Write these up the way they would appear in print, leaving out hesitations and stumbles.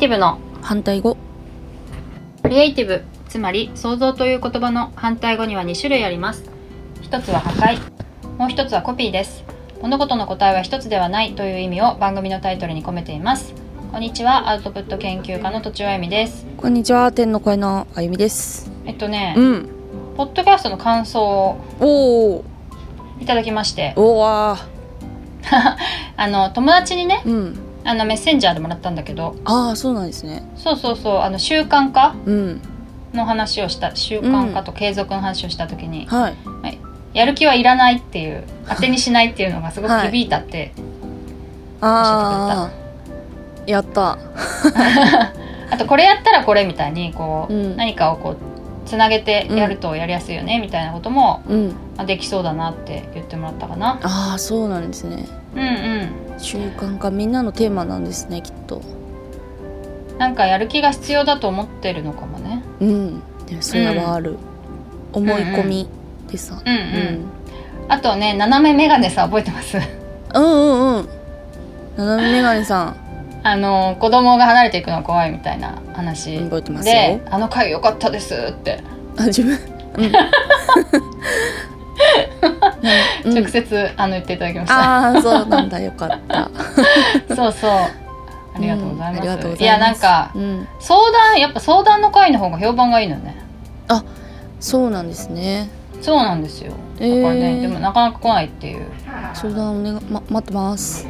ティブの反対語。 クリエイティブ、つまり創造という言葉の反対語には2種類あります。一つは破壊、もう一つはコピーです。物事の答えは一つではないという意味を番組のタイトルに込めています。こんにちは、アウトプット研究家のとちおあゆみです。 こんにちは、天の声のあゆみです。 ポッドキャストの感想をいただきまして、友達にね、メッセンジャーでもらったんだけど、 そうなんですね。 そう習慣化、の話をした習慣化と継続の話をしたときに、やる気はいらないっていう当てにしないっていうのがすごく響いたって教えてくれた。 やったあとこれやったらこれみたいにこう、何かをこうつなげてやるとやりやすいよねみたいなことも、できそうだなって言ってもらったかな。 そうなんですね。習慣化、みんなのテーマなんですね、きっと。 なんかやる気が必要だと思ってるのかもね。 でもそれはある、思い込みでさ。 あとね、斜めメガネさ、覚えてます？ 斜めメガネさん、 子供が離れていくのは怖いみたいな話覚えてますよ。 で、あの回良かったですって自分直接言っていただきました。 そうなんだ、よかったそうありがとうございます。いや、なんか、やっぱ相談の回の方が評判がいいのね。 そうなんですね。 そうなんですよ。だからね、でもなかなか来ないっていう。 相談を待ってます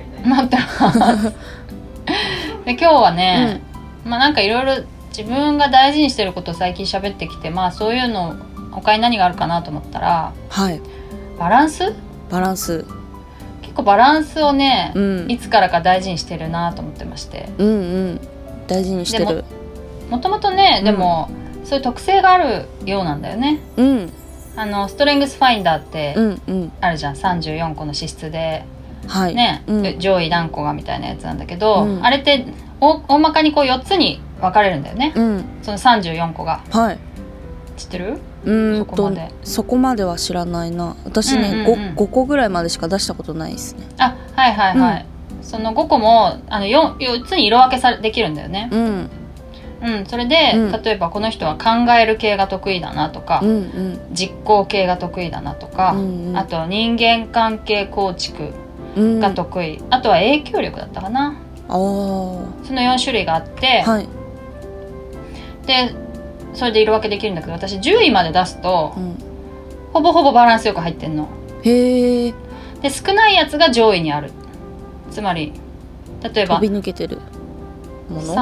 で、今日はね、なんかいろいろ自分が大事にしてることを最近喋ってきて、そういうの他に何があるかなと思ったら、バランス結構バランスをね、いつからか大事にしてるなと思ってまして、 大事にしてる。 もともとね、でもそういう特性があるようなんだよね。ストレングスファインダーってあるじゃん、34個の資質で、上位何個がみたいなやつなんだけど、あれって大まかにこう4つに分かれるんだよね、その34個が。知ってる？ そこまでは知らないな。私ね、5個ぐらいまでしか出したことないですね。 その5個も4つに色分けできるんだよね。それで、例えばこの人は考える系が得意だなとか、実行系が得意だなとか、あと人間関係構築が得意、あとは影響力だったかな。その4種類があって、でそれで色分けできるんだけど、私10位まで出すと、ほぼほぼバランスよく入ってんの。で、少ないやつが上位にある。つまり例えば飛び抜けてるもの、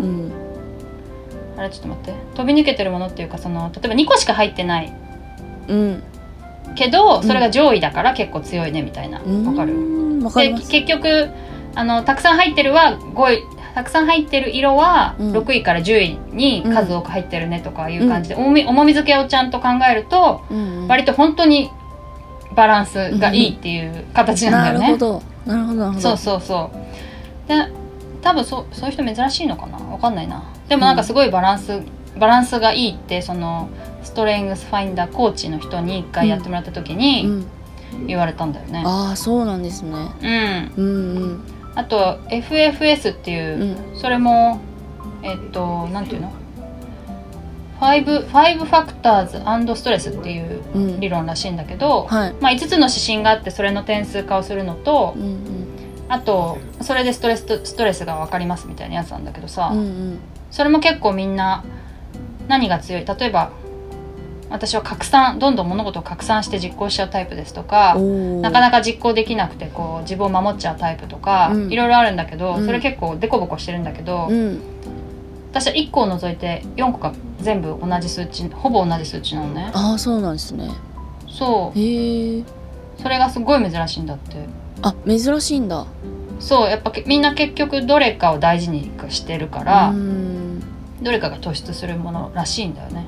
あれちょっと待って、飛び抜けてるものっていうか、例えば2個しか入ってない、けどそれが上位だから結構強いねみたいな。わかる？で、結局たくさん入ってるは5位、たくさん入ってる色は6位から10位に数多く入ってるねとかいう感じで、重み付けをちゃんと考えると、割と本当にバランスがいいっていう形なんだよね。 なるほど。 そうで、多分そういう人珍しいのかな、わかんないな。でもなんかすごいバランスがいいって、そのストレングスファインダーコーチの人に1回やってもらった時に言われたんだよね。 そうなんですね。 あと FFS っていう、それもなんていうの、5ファクターズ&ストレスっていう理論らしいんだけど、5つの指針があって、それの点数化をするのと、あとそれでストレスが分かりますみたいなやつなんだけどさ、それも結構みんな何が強い、例えば私はどんどん物事を拡散して実行しちゃうタイプですとか、なかなか実行できなくてこう自分を守っちゃうタイプとか、いろいろあるんだけど、それ結構デコボコしてるんだけど、私は1個を除いて4個が全部同じ数値、ほぼ同じ数値なのね。 そうなんですね。 それがすごい珍しいんだって。 珍しいんだ。 やっぱみんな結局どれかを大事にしてるから、どれかが突出するものらしいんだよね。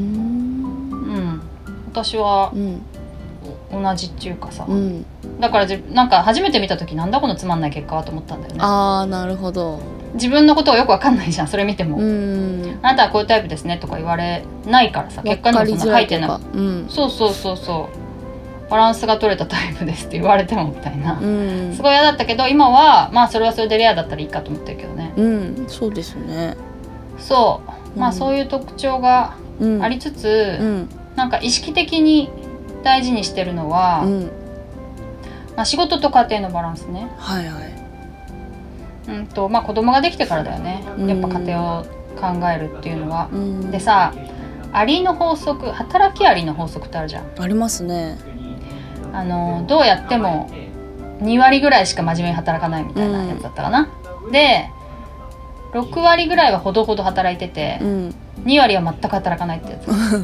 私は同じっていうかさ、だからなんか初めて見た時、なんだこのつまんない結果はと思ったんだよね。 なるほど。 自分のことをよく分かんないじゃん、それ見ても。あなたはこういうタイプですねとか言われないからさ、結果にもそんな書いてない。そうバランスが取れたタイプですって言われてもみたいな、 うん、 すごい嫌だったけど、今はまあそれはそれでレアだったらいいかと思ってるけどね。 うん、そうですね。 そう、まあそういう特徴がありつつ、 うん、 なんか意識的に大事にしてるのは、 うん、 まあ、仕事と家庭のバランスね。 はいはい。 まあ子供ができてからだよね、 うん、 やっぱ家庭を考えるっていうのは、 うん、 でさ、アリの法則、働きアリの法則ってあるじゃん。 ありますね。 どうやっても2割ぐらいしか真面目に働かないみたいなやつだったかな、で6割ぐらいはほどほど働いてて、2割は全く働かないってやつ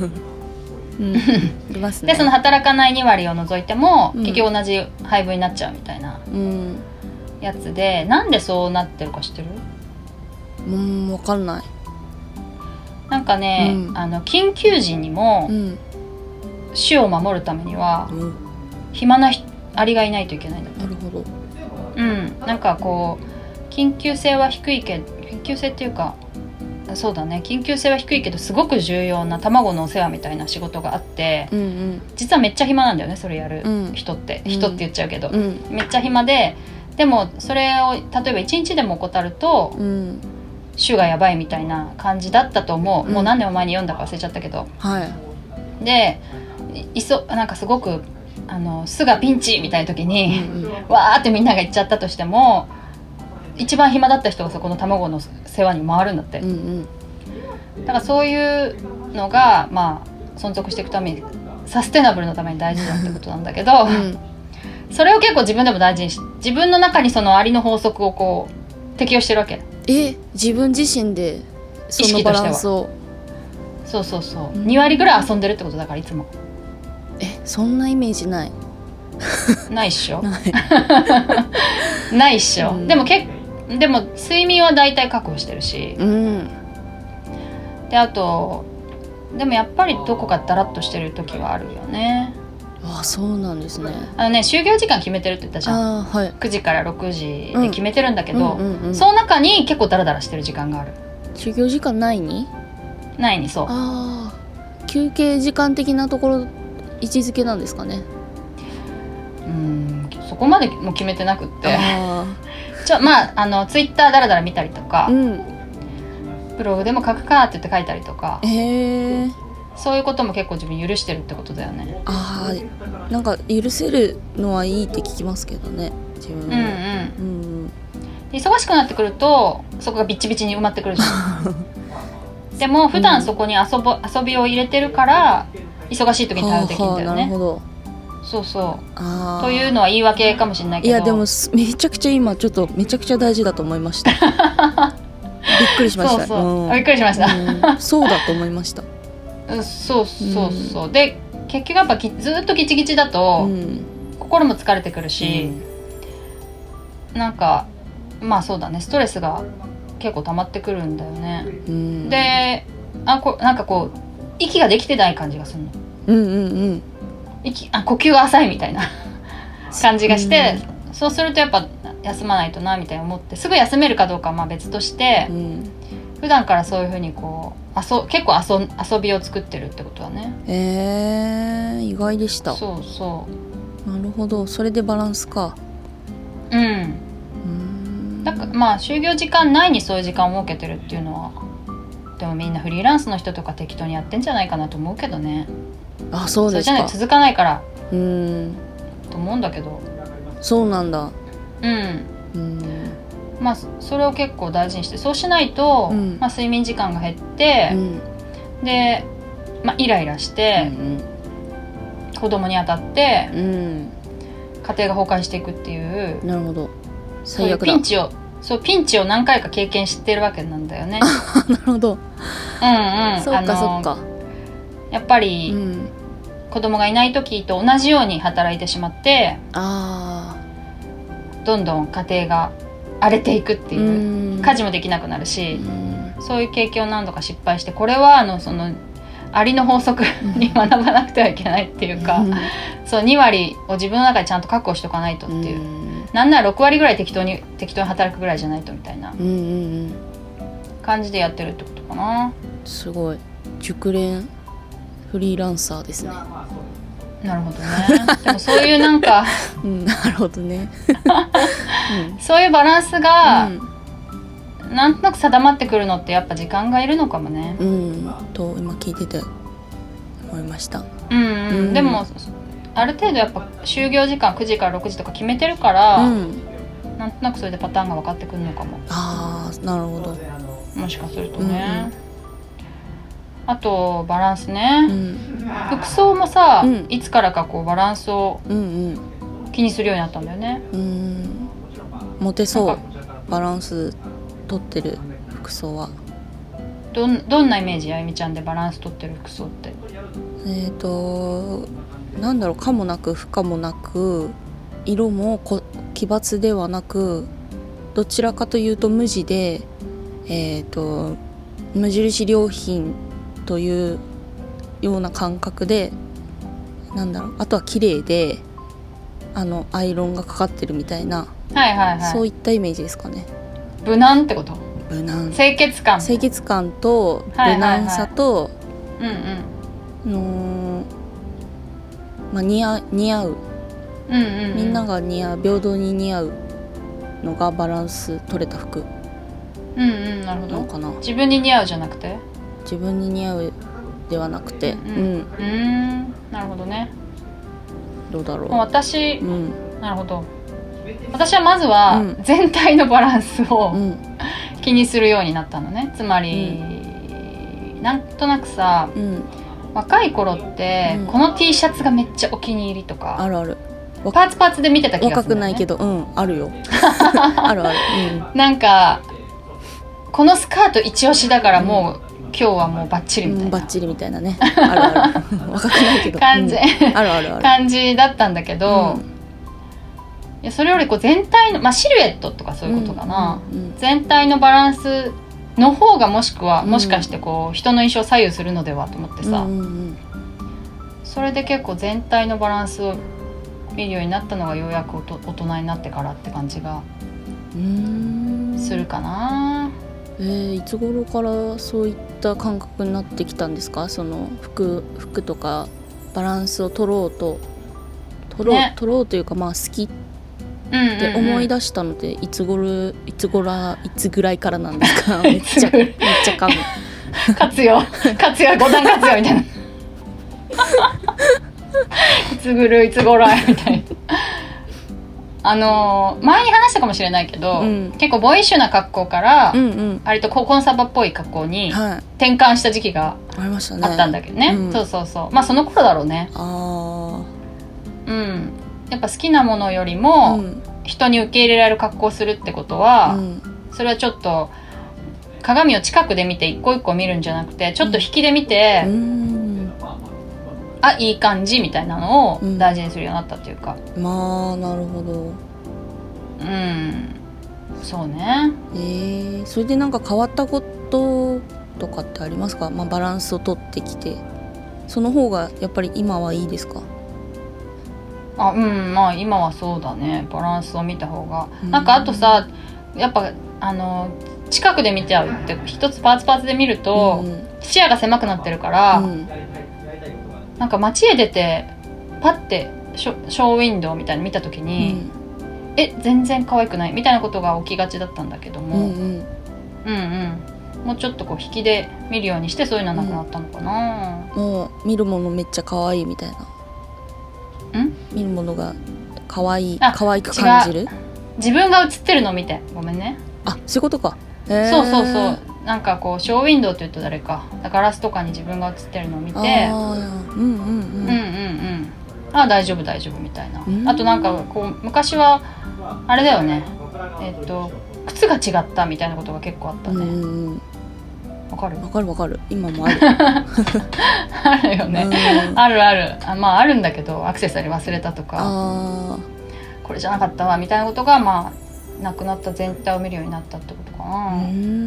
いますね。 でその働かない2割を除いても、結局同じ配分になっちゃうみたいなやつで、なんでそうなってるか知ってる？ 分かんない。 なんかね、緊急時にも、種を守るためには、暇なアリがいないといけないんだって。 なるほど。 なんかこう緊急性は低いけど、緊急性っていうか、そうだね、緊急性は低いけどすごく重要な卵のお世話みたいな仕事があって、実はめっちゃ暇なんだよね、それやる人って、人って言っちゃうけど、めっちゃ暇で、でもそれを例えば1日でも怠ると、種がやばいみたいな感じだったと思う、もう何年も前に読んだか忘れちゃったけど、でなんかすごく巣がピンチみたいな時に、わーってみんなが言っちゃったとしても、一番暇だった人がそこの卵の世話に回るんだって、だからそういうのがまあ存続していくために、サステナブルのために大事だってことなんだけど、それを結構自分でも大事にし、自分の中にそのアリの法則をこう適用してるわけ。 自分自身でそのバランスを。 そうそうそう、2割ぐらい遊んでるってことだから、いつも。 そんなイメージない。 ないっしょないっしょ、でも睡眠は大体確保してるし、であとでもやっぱりどこかダラッとしてる時はあるよね。 そうなんですね。 就業時間決めてるって言ったじゃん、9時から6時で決めてるんだけど、その中に結構ダラダラしてる時間がある。 就業時間ないにそう。休憩時間的なところ位置づけなんですかね。 そこまでも決めてなくってまあツイッターダラダラ見たりとか、ブログでも書くかって言って書いたりとか、そういうことも結構自分許してるってことだよね。 なんか許せるのはいいって聞きますけどね、自分は。 忙しくなってくるとそこがビッチビチに埋まってくるじゃんでも普段そこに遊びを入れてるから忙しい時に対応できるんだよね。 なるほど。 そうそうというのは言い訳かもしれないけど、 いやでもめちゃくちゃ今ちょっとめちゃくちゃ大事だと思いましたびっくりしました。 びっくりしましたそうだと思いました。 そうで結局やっぱずっとギチギチだと、心も疲れてくるし、なんかまあそうだね、ストレスが結構溜まってくるんだよね。でなんかこう息ができてない感じがするの。呼吸が浅いみたいな感じがして、そうするとやっぱ休まないとなみたいに思って、すぐ休めるかどうかはまあ別として、普段からそういう風にこう結構遊びを作ってるってことはね。 意外でした。なるほど、それでバランスか。 だからまあ就業時間内にそういう時間を設けてるっていうのは、でもみんなフリーランスの人とか適当にやってんじゃないかなと思うけどね。 そうですか。 それじゃないと続かないからと思うんだけど。 そうなんだ。 まあそれを結構大事にして、そうしないと、睡眠時間が減って、で、イライラして、子供に当たって、家庭が崩壊していくっていう。 なるほど。 最悪だ。ピンチを何回か経験してるわけなんだよねなるほど。そうかそうか。 やっぱり、子供がいない時と同じように働いてしまって、どんどん家庭が荒れていくっていう、家事もできなくなるし、そういう経験を何度か失敗して、これはそのアリの法則に学ばなくてはいけないっていうか、そう2割を自分の中でちゃんと確保しておかないとっていう、なんなら6割ぐらい適当に働くぐらいじゃないとみたいな感じでやってるってことかな。 すごい熟練フリーランサーですね。 なるほどね。でもそういうなんか、 うん、なるほどね、 うん、そういうバランスが、なんとなく定まってくるのってやっぱ時間がいるのかもね。 と今聞いてて思いました。 でもある程度やっぱ就業時間9時から6時とか決めてるから、なんとなくそれでパターンが分かってくるのかも。 ああ、なるほど。 もしかするとね、あとバランスね、服装もさ、いつからかこうバランスを気にするようになったんだよね。 モテそう。バランス取ってる服装はどんなイメージ？あゆみちゃんでバランス取ってる服装って。 なんだろう、可もなく不可もなく、色も奇抜ではなく、どちらかというと無地で、無印良品というような感覚で、なんだろう、あとは綺麗でアイロンがかかってるみたいな、そういったイメージですかね。 無難ってこと？ 無難、 清潔感と無難さと、まあ、似合う、みんなが平等に似合うのがバランス取れた服なるほど。 かな。 自分に似合うじゃなくて？ 自分に似合うではなくて、 なるほどね。 どうだろう。 私、なるほど。私はまずは全体のバランスを、気にするようになったのね。つまり、なんとなくさ、若い頃って、この T シャツがめっちゃお気に入りとか、 あるある、 パーツで見てた気がするんだよね。 若くないけど、あるよあるある、 なんかこのスカート一押しだからもう、今日はもうバッチリみたいな、 バッチリみたいなね、あるある若くないけど感じ、 あるあるある感じだったんだけど、いやそれよりこう全体の、シルエットとかそういうことかな、全体のバランスの方がもしかしてこう人の印象を左右するのではと思ってさ、それで結構全体のバランスを見るようになったのがようやく大人になってからって感じがするかな。 いつ頃からそういった感覚になってきたんですか？その服とかバランスを取ろうというか、まあ好きって思い出したので、いつぐらいからなんですか？めっちゃ噛む活用5段活用みたいないつぐらいみたいな前に話したかもしれないけど、結構ボーイッシュな格好から、割とコンサバっぽい格好に転換した時期があったんだけどね。そうまあその頃だろうね。やっぱ好きなものよりも、人に受け入れられる格好をするってことは、それはちょっと鏡を近くで見て一個一個見るんじゃなくて、ちょっと引きで見て、いい感じみたいなのを大事にするようになったっていうか、 まあなるほど。 そうね。 それでなんか変わったこととかってありますか？バランスを取ってきて、その方がやっぱり今はいいですか？ まあ今はそうだね。バランスを見た方が、なんかあとさ、やっぱ近くで見ちゃうって、一つパーツで見ると、視野が狭くなってるから、なんか街へ出てパッてショーウィンドウみたいなの見た時に、全然可愛くないみたいなことが起きがちだったんだけども、もうちょっとこう引きで見るようにして、そういうのはなくなったのかな。 もう見るものめっちゃ可愛いみたいな、見るものが可愛く感じる。 自分が映ってるのを見て、ごめんね。 そういうことか。 そうなんかこうショーウィンドウって言うと誰か、ガラスとかに自分が映ってるのを見て、大丈夫みたいな。あとなんかこう昔はあれだよね、靴が違ったみたいなことが結構あったね。わかる。今もあるあるよね。あるあるんだけど、アクセサリー忘れたとか、これじゃなかったわみたいなことが、なくなった全体を見るようになったってことかな。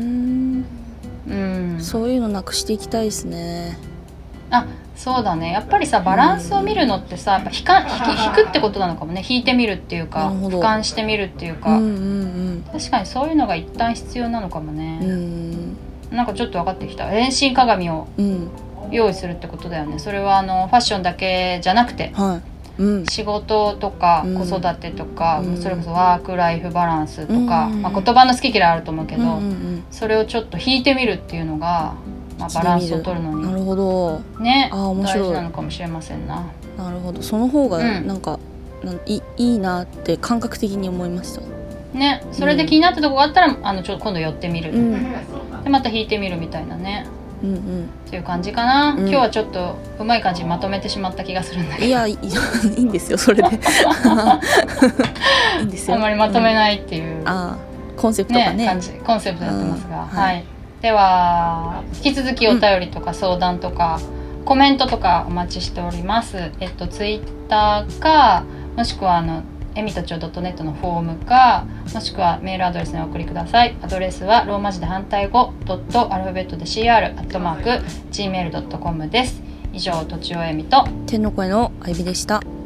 そういうのなくしていきたいですね。 そうだね。やっぱりさ、バランスを見るのってさ、やっぱ引くってことなのかもね。引いてみるっていうか、俯瞰してみるっていうか、確かにそういうのが一旦必要なのかもね。なんかちょっと分かってきた。遠心鏡を用意するってことだよね。それはファッションだけじゃなくて、 はい、うん、 仕事とか子育てとか、それこそワークライフバランスとか、まあ、言葉の好き嫌いあると思うけど、それをちょっと引いてみるっていうのが、まあ、バランスを取るのになるほど、 ね、 面白い、 大事なのかもしれませんな。 なるほど、その方がなんか、いいなって感覚的に思いましたね。それで気になったとこがあったら、ちょっと今度寄ってみる、でまた引いてみるみたいなね、っていう感じかな、今日はちょっとうまい感じにまとめてしまった気がするんだけど、 いやいいんですよそれでいいんですよ、 あんまりまとめないっていう、 コンセプトがね感じ、コンセプトやってますが、はい、では引き続きお便りとか相談とか、コメントとかお待ちしております。ツイッターか、もしくはえみとちょ .net のフォームか、もしくはメールアドレスにお送りください。アドレスはローマ字で反対語アルファベットで CR@gmail.com です。以上、とちおえみと天の声のあゆみでした。